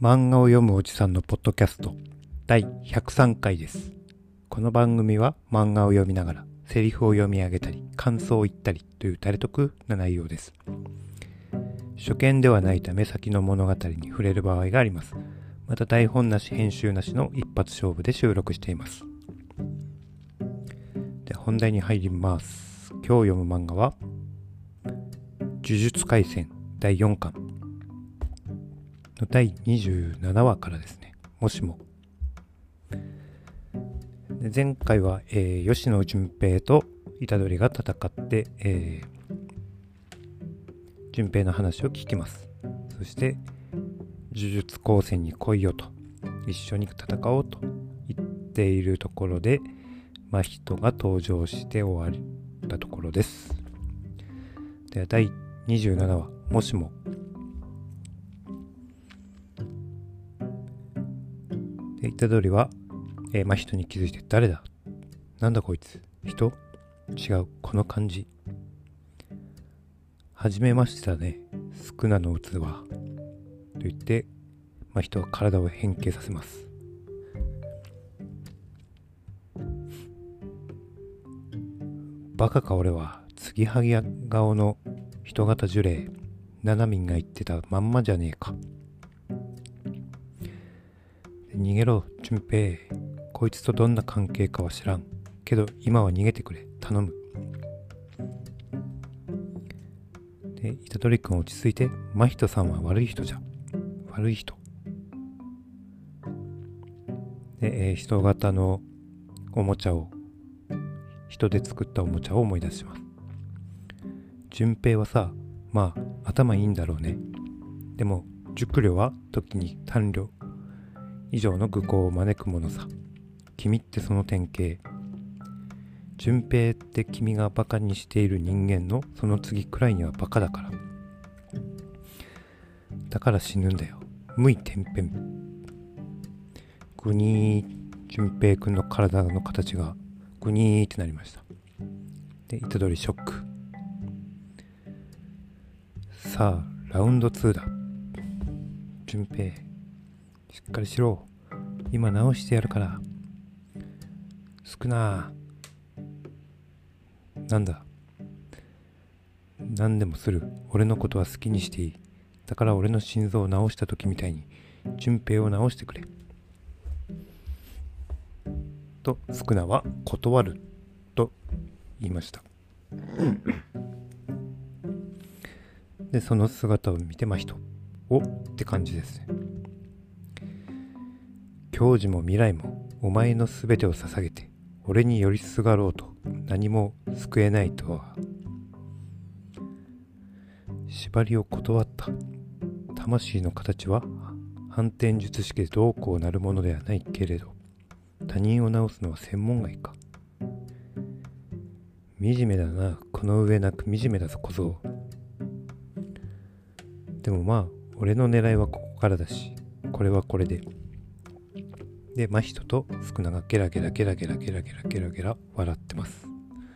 漫画を読むおじさんのポッドキャスト第103回です。この番組は漫画を読みながらセリフを読み上げたり感想を言ったりという誰得な内容です。初見ではないため先の物語に触れる場合があります。また台本なし編集なしの一発勝負で収録しています。で、本題に入ります。今日読む漫画は呪術廻戦第4巻の第27話からですね。もしもで前回は、吉野純平と虎杖が戦って、純平の話を聞きます。そして呪術高専に来いよと、一緒に戦おうと言っているところで真人が登場して終わったところです。では第27話もしも。で虎杖は、真人に気づいて、誰だ、なんだこいつ、人、違う、この感じ、はじめましてだね、スクナの器と言って真人は体を変形させます。バカか俺は、継ぎはぎ顔の人型呪霊、ナナミンが言ってたまんまじゃねえか。逃げろ純平、こいつとどんな関係かは知らんけど今は逃げてくれ、頼む。で虎杖君落ち着いて、真人さんは悪い人じゃ、悪い人で、人型のおもちゃを、人で作ったおもちゃを思い出します。純平はさ、まあ頭いいんだろうね。でも熟慮は時に短慮以上の愚行を招くものさ。君ってその典型。純平って君がバカにしている人間のその次くらいにはバカだから。だから死ぬんだよ。無為天変。グニー、純平くんの体の形がグニーってなりました。で、虎杖ショック。さあ、ラウンド2だ。純平、しっかりしろ。今直してやるから。少なー。なんだ。何でもする。俺のことは好きにしていい。だから俺の心臓を直した時みたいに純平を直してくれ。とスクナは断ると言いました。で、その姿を見て真人、おって感じですね。教授も未来もお前のすべてを捧げて俺に寄りすがろうと何も救えないとは。縛りを断った。魂の形は反転術式でどうこうなるものではないけれど、他人を治すのは専門外か。惨めだな、この上なく惨めだぞ小僧。でもまあ俺の狙いはここからだし、これはこれで。で、真人とスクナがゲラゲラゲラゲラゲラゲラゲラゲラ笑ってます。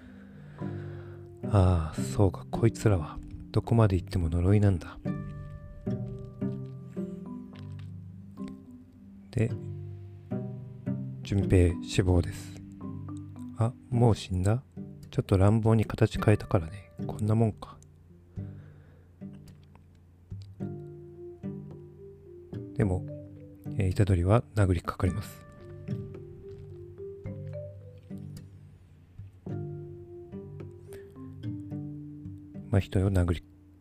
ああ、そうか、こいつらはどこまで行っても呪いなんだ。で、純平死亡です。あ、もう死んだ？ちょっと乱暴に形変えたからね。こんなもんか。でも虎杖は殴りかかります。真人を殴り、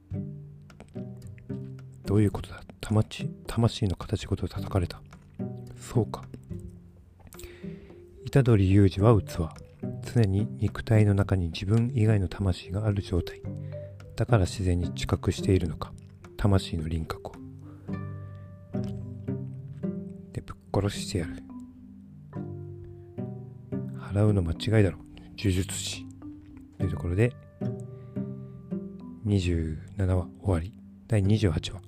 どういうことだ。魂の形ごと叩かれた。そうか。虎杖裕二は器。常に肉体の中に自分以外の魂がある状態。だから自然に知覚しているのか、魂の輪郭を。で、ぶっ殺してやる。払うの間違いだろ、呪術師。というところで27話終わり。第28話。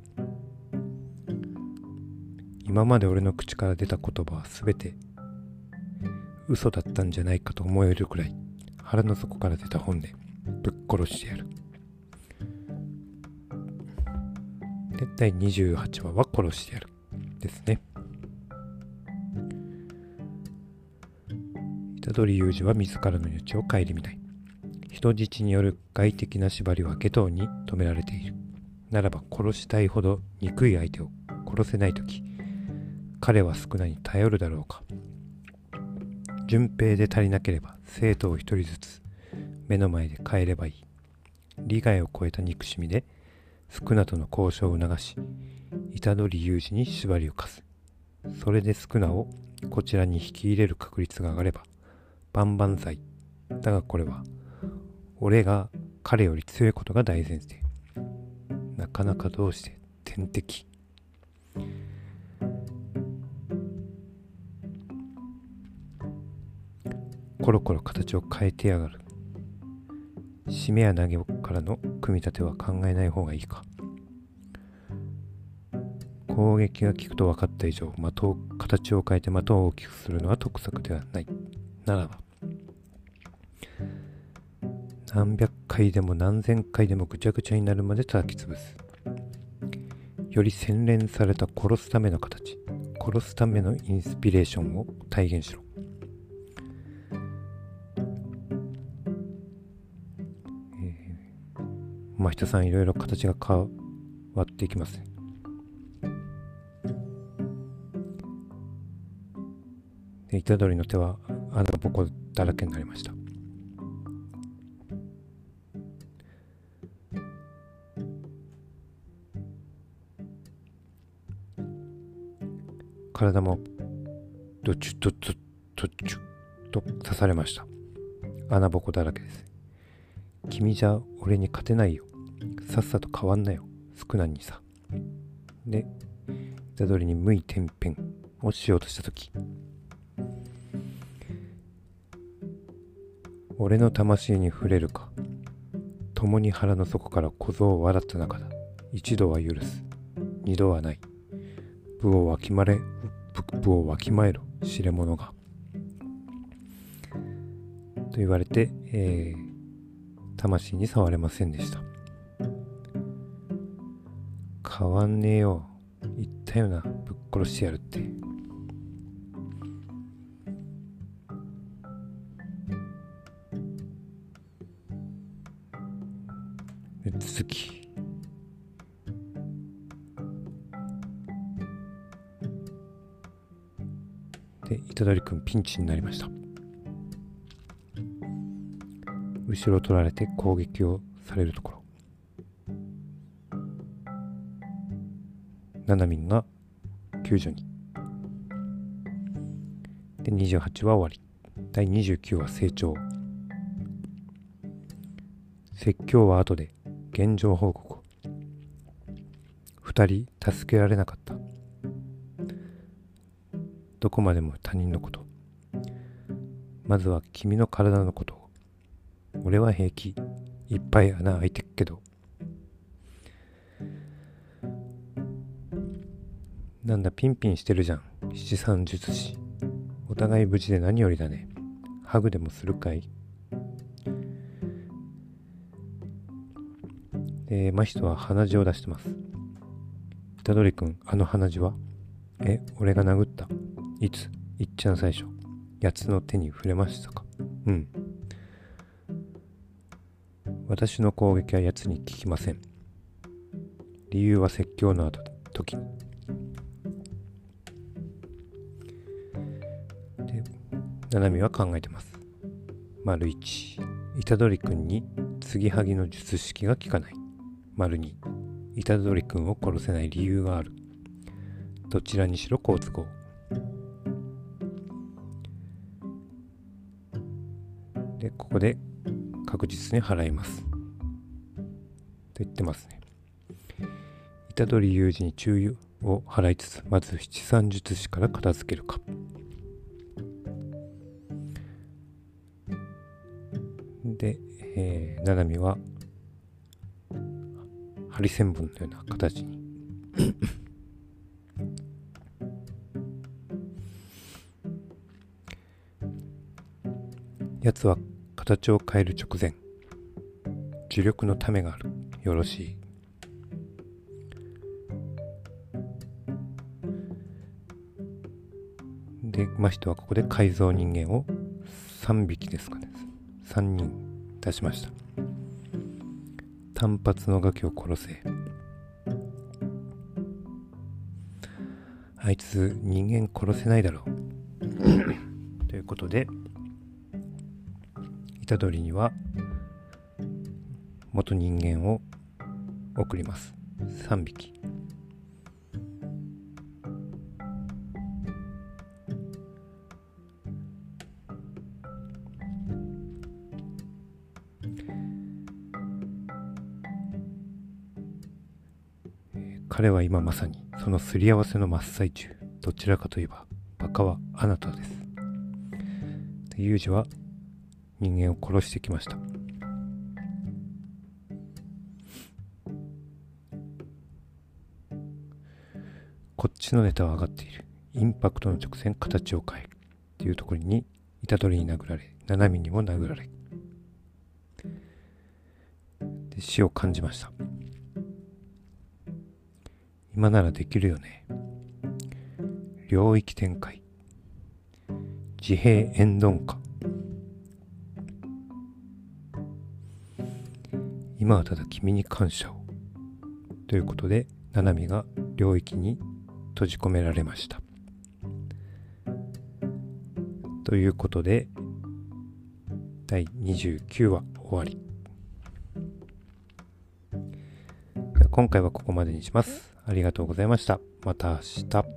今まで俺の口から出た言葉は全て嘘だったんじゃないかと思えるくらい腹の底から出た本でぶっ殺してやる。で、第28話は殺してやる。 ですね。虎杖悠仁は自らの命を顧みない。人質による外的な縛りは下等に止められている。ならば殺したいほど憎い相手を殺せないとき、彼は宿儺に頼るだろうか。順平で足りなければ生徒を一人ずつ目の前で変えればいい。利害を超えた憎しみで宿儺との交渉を促し、虎杖悠仁に縛りを課す。それで宿儺をこちらに引き入れる確率が上がれば万々歳。だがこれは俺が彼より強いことが大前提。なかなかどうして天敵。コロコロ形を変えてやがる。締めや投げからの組み立ては考えない方がいいか。攻撃が効くと分かった以上、形を変えて的を大きくするのは得策ではない。ならば何百回でも何千回でもぐちゃぐちゃになるまで叩き潰す。より洗練された殺すための形、殺すためのインスピレーションを体現しろ。真人さんいろいろ形が変わっていきますね。で虎杖の手は穴ぼこだらけになりました。体もドチュドチュドチュと刺されました。穴ぼこだらけです。君じゃ俺に勝てないよ。さっさと変わんなよ。宿儺にさ。で虎杖に無意天変をしようとしたとき、俺の魂に触れるか。共に腹の底から小僧を笑った中だ。一度は許す。二度はない。部をわきまえろ、知れ者が。と言われて、魂に触れませんでした。変わんねえよ。言ったよな。ぶっ殺してやるって。続き。で虎杖くんピンチになりました。後ろを取られて攻撃をされるところ、ななみんが救助に。で28は終わり。第29話成長。説教は後で現状報告。2人助けられなかった。どこまでも他人のこと。まずは君の体のことを。俺は平気。いっぱい穴開いてっけど。なんだピンピンしてるじゃん。七三術師。お互い無事で何よりだね。ハグでもするかい。真人は鼻血を出してます。虎杖くん、あの鼻血は？俺が殴った。いつ？いっちゃん最初。やつの手に触れましたか？うん。私の攻撃はやつに効きません。理由は説教の時に。で、ななみは考えてます。丸1、虎杖くんに継ぎはぎの術式が効かない。丸2、虎杖くんを殺せない理由がある。どちらにしろ好都合。で、ここで確実に払いますと言ってますね。虎杖悠仁に注意を払いつつ、まず七三術師から片付けるか。で、ななみはハリセンボンのような形にやつは形を変える直前、呪力のためがある。よろしい。 で真人はここで改造人間を3匹ですかね、3人出しました。単発のガキを殺せ。あいつ人間殺せないだろうということで、虎杖には元人間を送ります。3匹。彼は今まさにそのすり合わせの真っ最中。どちらかといえばバカはあなたです。ユージは人間を殺してきました。こっちのネタは上がっている。インパクトの直線、形を変えるっていうところに虎杖に殴られ、七海にも殴られで死を感じました。今ならできるよね。領域展開、自閉円鈍化。今はただ君に感謝をということで、七海が領域に閉じ込められました。ということで第29話終わり。今回はここまでにします。ありがとうございました。また明日。